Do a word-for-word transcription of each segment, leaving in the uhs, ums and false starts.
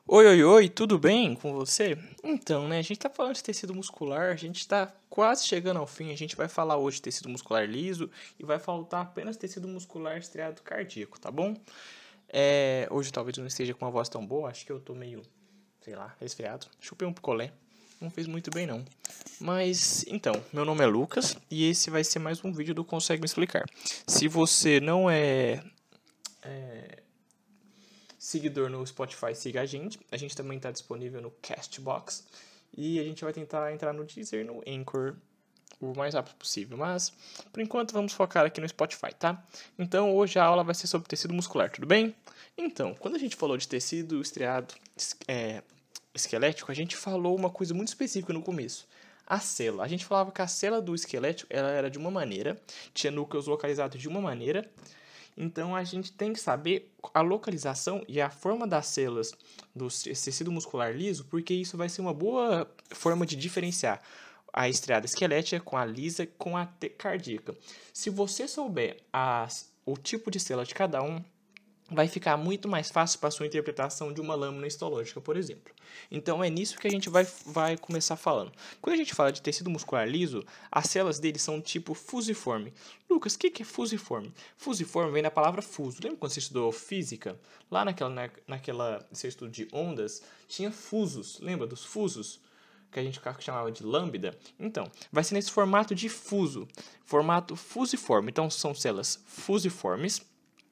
Oi, oi, oi, tudo bem com você? Então, né, a gente tá falando de tecido muscular, a gente tá quase chegando ao fim, a gente vai falar hoje de tecido muscular liso e vai faltar apenas tecido muscular estriado cardíaco, tá bom? É, hoje talvez eu não esteja com uma voz tão boa, acho que eu tô meio, sei lá, resfriado. Chupei um picolé, não fez muito bem não. Mas, então, meu nome é Lucas e esse vai ser mais um vídeo do Consegue Me Explicar. Se você não é seguidor no Spotify, siga a gente. A gente também está disponível no Castbox. E a gente vai tentar entrar no Deezer e no Anchor o mais rápido possível. Mas, por enquanto, vamos focar aqui no Spotify, tá? Então, hoje a aula vai ser sobre tecido muscular, tudo bem? Então, quando a gente falou de tecido estriado é, esquelético, a gente falou uma coisa muito específica no começo. A célula. A gente falava que a célula do esqueleto ela era de uma maneira, tinha núcleos localizados de uma maneira. Então, a gente tem que saber a localização e a forma das células do tecido muscular liso, porque isso vai ser uma boa forma de diferenciar a estriada esquelética com a lisa com a cardíaca. Se você souber as, o tipo de célula de cada um, vai ficar muito mais fácil para a sua interpretação de uma lâmina histológica, por exemplo. Então, é nisso que a gente vai, vai começar falando. Quando a gente fala de tecido muscular liso, as células dele são tipo fusiforme. Lucas, o que, que é fusiforme? Fusiforme vem da palavra fuso. Lembra quando você estudou física? Lá naquela, na, naquela seu estudo de ondas, tinha fusos. Lembra dos fusos? Que a gente chamava de lambda. Então, vai ser nesse formato de fuso. Formato fusiforme. Então, são células fusiformes.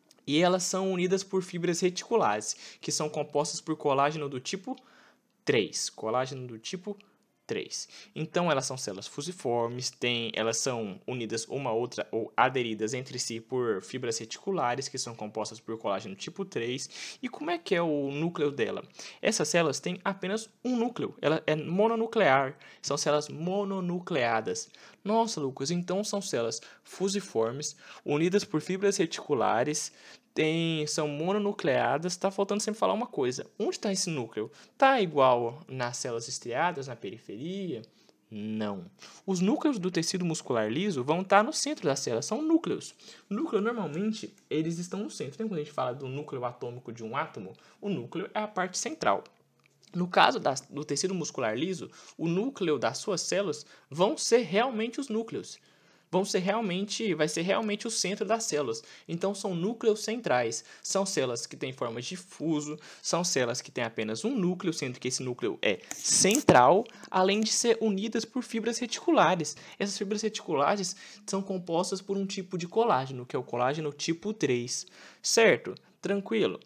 E elas são unidas por fibras reticulares, que são compostas por colágeno do tipo três. Colágeno do tipo três. Então, elas são células fusiformes, têm, elas são unidas uma a outra ou aderidas entre si por fibras reticulares, que são compostas por colágeno tipo três. E como é que é o núcleo dela? Essas células têm apenas um núcleo, ela é mononuclear, são células mononucleadas. Nossa, Lucas, então são células fusiformes, unidas por fibras reticulares, tem, são mononucleadas. Tá faltando sempre falar uma coisa. Onde está esse núcleo? Tá igual nas células estriadas, na periferia? Não. Os núcleos do tecido muscular liso vão estar no centro da célula, são núcleos. O núcleo, normalmente, eles estão no centro. Lembra quando a gente fala do núcleo atômico de um átomo? O núcleo é a parte central. No caso da, do tecido muscular liso, o núcleo das suas células vão ser realmente os núcleos. Vão ser realmente, vai ser realmente o centro das células. Então são núcleos centrais. São células que têm forma de fuso, são células que têm apenas um núcleo, sendo que esse núcleo é central, além de ser unidas por fibras reticulares. Essas fibras reticulares são compostas por um tipo de colágeno, que é o colágeno tipo três. Certo? Tranquilo?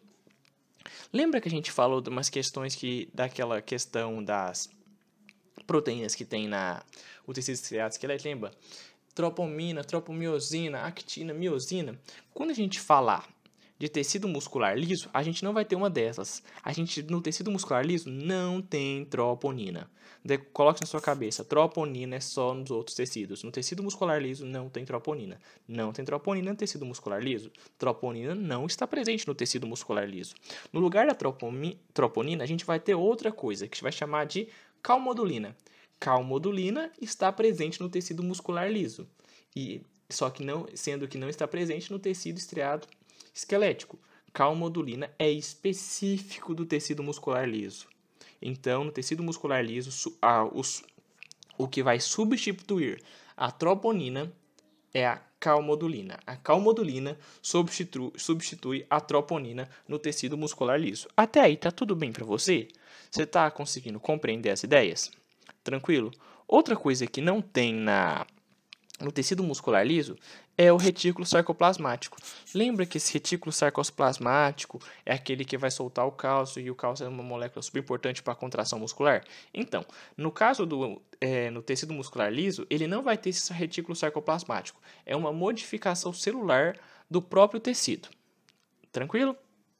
Lembra que a gente falou de umas questões que daquela questão das proteínas que tem na o tecido estriado esquelético, lembra? Tropomina, tropomiosina, actina, miosina. Quando a gente falar de tecido muscular liso, a gente não vai ter uma dessas. A gente, no tecido muscular liso, não tem troponina. De, coloque na sua cabeça, troponina é só nos outros tecidos. No tecido muscular liso, não tem troponina. Não tem troponina no tecido muscular liso. Troponina não está presente no tecido muscular liso. No lugar da tropomi, troponina, a gente vai ter outra coisa, que a gente vai chamar de calmodulina. Calmodulina está presente no tecido muscular liso, e só que não, sendo que não está presente no tecido estriado esquelético. Calmodulina é específico do tecido muscular liso. Então, no tecido muscular liso, a, os, o que vai substituir a troponina é a calmodulina. A calmodulina substitui, substitui a troponina no tecido muscular liso. Até aí, tá tudo bem para você? Você está conseguindo compreender as ideias? Tranquilo? Outra coisa que não tem na, no tecido muscular liso é o retículo sarcoplasmático. Lembra que esse retículo sarcoplasmático é aquele que vai soltar o cálcio, e o cálcio é uma molécula super importante para a contração muscular? Então, no caso do é, no tecido muscular liso, ele não vai ter esse retículo sarcoplasmático. É uma modificação celular do próprio tecido. Tranquilo?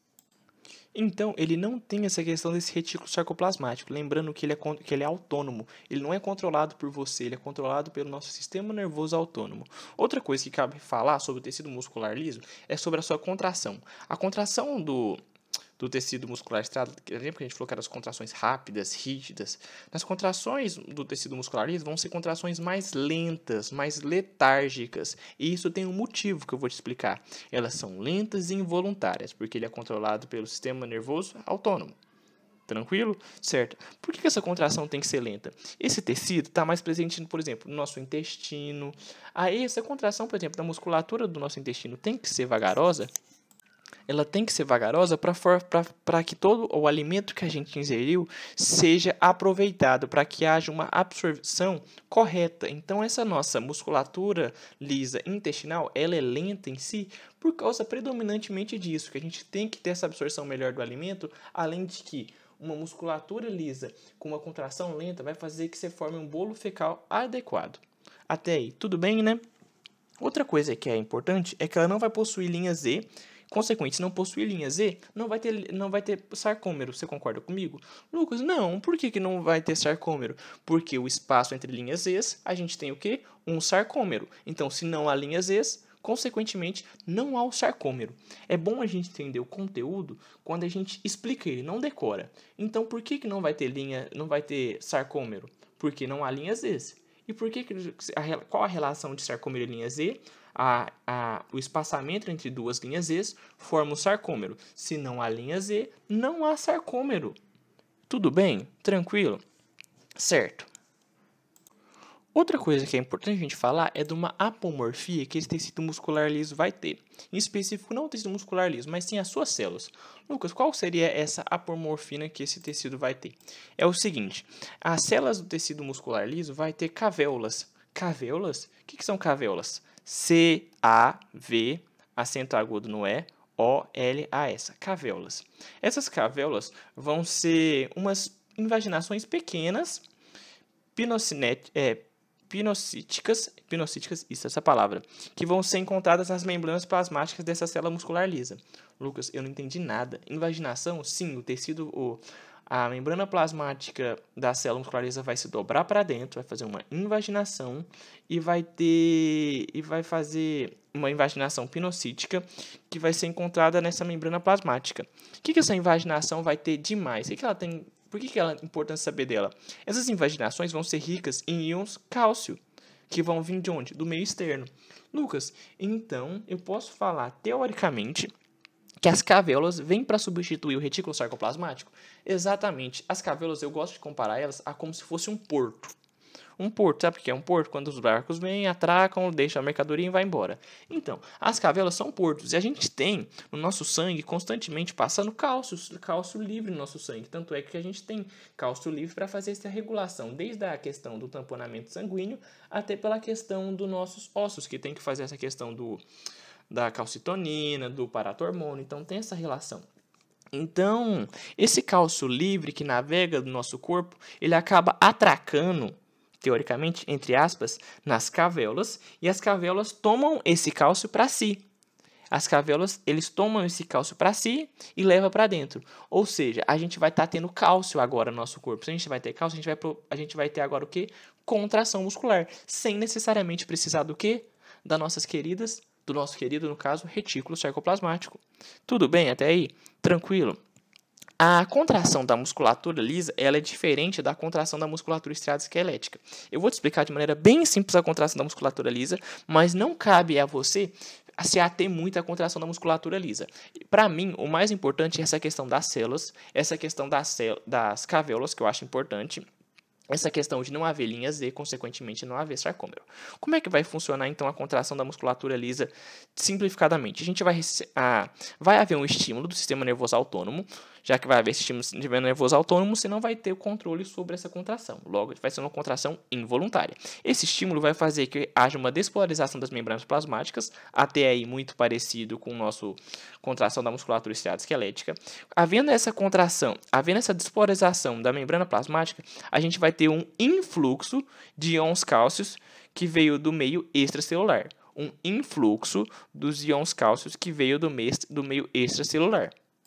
Então, ele não tem essa questão desse retículo sarcoplasmático, lembrando que ele, é, que ele é autônomo, ele não é controlado por você, ele é controlado pelo nosso sistema nervoso autônomo. Outra coisa que cabe falar sobre o tecido muscular liso é sobre a sua contração. A contração do, do tecido muscular estriado, lembra que a gente falou que eram as contrações rápidas, rígidas? Nas contrações do tecido muscular liso vão ser contrações mais lentas, mais letárgicas. E isso tem um motivo que eu vou te explicar. Elas são lentas e involuntárias, porque ele é controlado pelo sistema nervoso autônomo. Tranquilo? Certo. Por que que essa contração tem que ser lenta? Esse tecido está mais presente, por exemplo, no nosso intestino. Aí, essa contração, por exemplo, da musculatura do nosso intestino tem que ser vagarosa. Ela tem que ser vagarosa para que todo o alimento que a gente ingeriu seja aproveitado, para que haja uma absorção correta. Então, essa nossa musculatura lisa intestinal, ela é lenta em si por causa predominantemente disso, que a gente tem que ter essa absorção melhor do alimento, além de que uma musculatura lisa com uma contração lenta vai fazer que você forme um bolo fecal adequado. Até aí, tudo bem, né? Outra coisa que é importante é que ela não vai possuir linha Z. Consequente, se não possuir linha Z, não vai ter, não vai ter sarcômero. Você concorda comigo? Lucas, não. Por que, que não vai ter sarcômero? Porque o espaço entre linhas Z, a gente tem o quê? Um sarcômero. Então, se não há linhas Z, consequentemente, não há o sarcômero. É bom a gente entender o conteúdo quando a gente explica ele, não decora. Então, por que, que não vai ter linha, não vai ter sarcômero? Porque não há linhas Z. E por que, que a, qual a relação de sarcômero e linha Z? A, a, o espaçamento entre duas linhas Z forma o sarcômero. Se não há linha Z, não há sarcômero. Tudo bem? Tranquilo? Certo. Outra coisa que é importante a gente falar é de uma apomorfia que esse tecido muscular liso vai ter. Em específico, não o tecido muscular liso, mas sim as suas células. Lucas, qual seria essa apomorfina que esse tecido vai ter? É o seguinte, as células do tecido muscular liso vai ter cavéolas. Cavéolas? O que, que são cavéolas? C A V, acento agudo no E, O L A S, cavéolas. Essas cavéolas vão ser umas invaginações pequenas, pinocinet, é, pinocíticas, pinocíticas, isso, essa palavra, que vão ser encontradas nas membranas plasmáticas dessa célula muscular lisa. Lucas, eu não entendi nada. Invaginação? Sim, o tecido, o, a membrana plasmática da célula muscular lisa vai se dobrar para dentro, vai fazer uma invaginação e vai ter e vai fazer uma invaginação pinocítica que vai ser encontrada nessa membrana plasmática. O que, que essa invaginação vai ter demais? O que, que ela tem? Por que, que é importante saber dela? Essas invaginações vão ser ricas em íons cálcio, que vão vir de onde? Do meio externo. Lucas, então eu posso falar teoricamente que as cavéolas vêm para substituir o retículo sarcoplasmático? Exatamente. As cavéolas, eu gosto de comparar elas a como se fosse um porto. Um porto, sabe o que é um porto? Quando os barcos vêm, atracam, deixam a mercadoria e vai embora. Então, as cavéolas são portos. E a gente tem no nosso sangue constantemente passando cálcio, cálcio livre no nosso sangue. Tanto é que a gente tem cálcio livre para fazer essa regulação, desde a questão do tamponamento sanguíneo até pela questão dos nossos ossos, que tem que fazer essa questão do, da calcitonina, do paratormônio. Então, tem essa relação. Então, esse cálcio livre que navega do nosso corpo, ele acaba atracando, teoricamente, entre aspas, nas cavéolas, e as cavéolas tomam esse cálcio para si. As cavéolas, eles tomam esse cálcio para si e levam para dentro. Ou seja, a gente vai estar tá tendo cálcio agora no nosso corpo. Se a gente vai ter cálcio, a gente vai, pro, a gente vai ter agora o quê? Contração muscular, sem necessariamente precisar do quê? Das nossas queridas, do nosso querido, no caso, retículo sarcoplasmático. Tudo bem até aí? Tranquilo? A contração da musculatura lisa, ela é diferente da contração da musculatura estriado-esquelética. Eu vou te explicar de maneira bem simples a contração da musculatura lisa, mas não cabe a você se ater muito à contração da musculatura lisa. Para mim, o mais importante é essa questão das células, essa questão das, das cavéolas, que eu acho importante, essa questão de não haver linha Z, consequentemente não haver sarcômero. Como é que vai funcionar então a contração da musculatura lisa simplificadamente? A gente vai, a, vai haver um estímulo do sistema nervoso autônomo, já que vai haver esse estímulo do sistema nervoso autônomo, você não vai ter o controle sobre essa contração. Logo, vai ser uma contração involuntária. Esse estímulo vai fazer que haja uma despolarização das membranas plasmáticas, até aí muito parecido com o nosso contração da musculatura estriado-esquelética. Havendo essa contração, havendo essa despolarização da membrana plasmática, a gente vai ter um influxo de íons cálcios que veio do meio extracelular. Um influxo dos íons cálcios que veio do meio, do meio extracelular.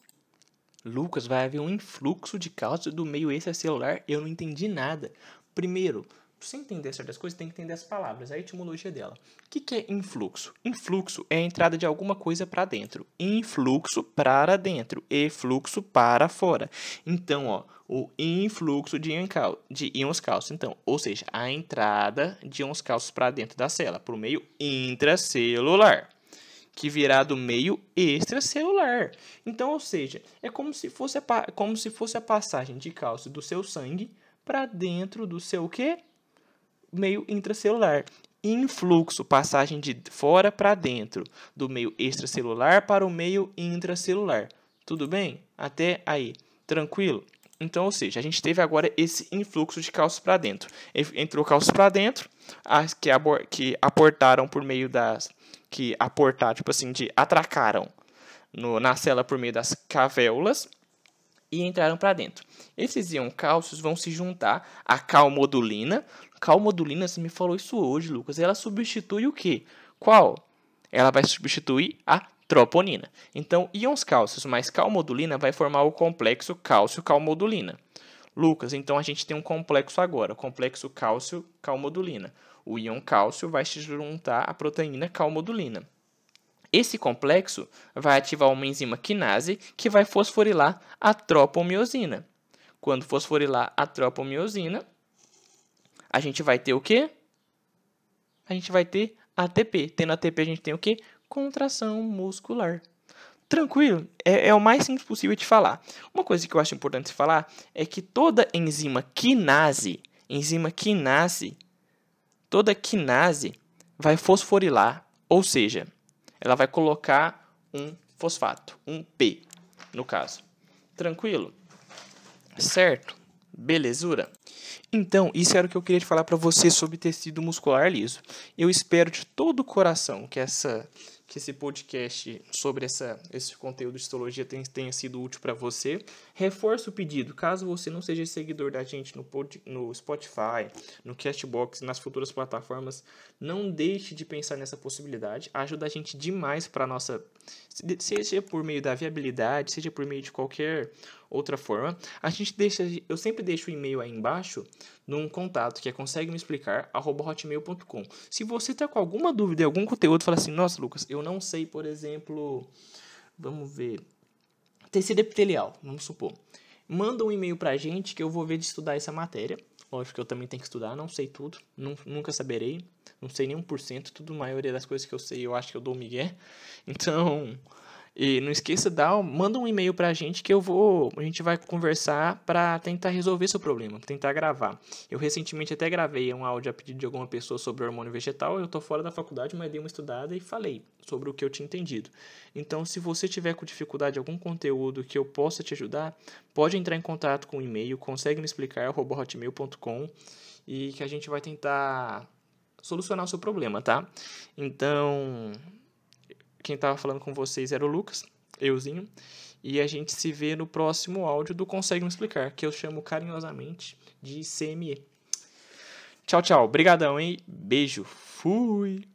Lucas, vai haver um influxo de cálcio do meio extracelular? Eu não entendi nada. Primeiro, para você entender certas coisas, tem que entender as palavras, a etimologia dela. O que, que é influxo? Influxo é a entrada de alguma coisa para dentro. Influxo para dentro e fluxo para fora. Então, ó, o influxo de íons cálcios. Então, ou seja, a entrada de íons cálcios para dentro da célula, por meio intracelular. que virá do meio extracelular. Então, ou seja, é como se fosse a, como se fosse a passagem de cálcio do seu sangue para dentro do seu quê? Meio intracelular. Influxo, passagem de fora para dentro, do meio extracelular para o meio intracelular. Tudo bem? Até aí. Tranquilo? Então, ou seja, a gente teve agora esse influxo de cálcio para dentro. Entrou cálcio para dentro, as que, abor que aportaram por meio das... que aportaram, tipo assim, de atracaram no, na célula por meio das cavéolas e entraram para dentro. Esses íons cálcios vão se juntar à calmodulina. Calmodulina, você me falou isso hoje, Lucas. Ela substitui o quê? Qual? Ela vai substituir a troponina. Então, íons cálcios mais calmodulina vai formar o complexo cálcio-calmodulina. Lucas, então a gente tem um complexo agora, o complexo cálcio-calmodulina. O íon cálcio vai se juntar à proteína calmodulina. Esse complexo vai ativar uma enzima quinase que vai fosforilar a tropomiosina. Quando fosforilar a tropomiosina, a gente vai ter o quê? A gente vai ter A T P. Tendo A T P, a gente tem o quê? Contração muscular. Tranquilo? É, é o mais simples possível de falar. Uma coisa que eu acho importante falar é que toda enzima quinase, enzima quinase, toda quinase vai fosforilar, ou seja, ela vai colocar um fosfato, um P, no caso. Tranquilo? Certo? Belezura? Então, isso era o que eu queria te falar para você sobre tecido muscular liso. Eu espero de todo o coração que, essa, que esse podcast sobre essa, esse conteúdo de histologia tenha, tenha sido útil para você. Reforço o pedido, caso você não seja seguidor da gente no, pod, no Spotify, no Castbox, nas futuras plataformas, não deixe de pensar nessa possibilidade. Ajuda a gente demais para a nossa... Seja por meio da viabilidade, seja por meio de qualquer outra forma. A gente deixa, eu sempre deixo o e-mail aí embaixo num contato que é consegue me explicar arroba hotmail ponto com. Se você está com alguma dúvida em algum conteúdo, fala assim, nossa, Lucas, eu não sei, por exemplo, vamos ver, tecido epitelial, vamos supor. Manda um e-mail pra gente que eu vou ver de estudar essa matéria. Lógico que eu também tenho que estudar, não sei tudo, nunca saberei, não sei nem um por cento, tudo, a maioria das coisas que eu sei eu acho que eu dou migué. Então, e não esqueça, dá, manda um e-mail pra gente que eu vou, a gente vai conversar para tentar resolver seu problema, pra tentar gravar. Eu recentemente até gravei um áudio a pedido de alguma pessoa sobre hormônio vegetal, eu tô fora da faculdade, mas dei uma estudada e falei sobre o que eu tinha entendido. Então, se você tiver com dificuldade de algum conteúdo que eu possa te ajudar, pode entrar em contato com o e-mail, consegue me explicar, arroba hotmail ponto com, e que a gente vai tentar solucionar o seu problema, tá? Então, quem estava falando com vocês era o Lucas, euzinho, e a gente se vê no próximo áudio do Consegue Me Explicar, que eu chamo carinhosamente de C M E. Tchau, tchau. Obrigadão, hein? Beijo. Fui!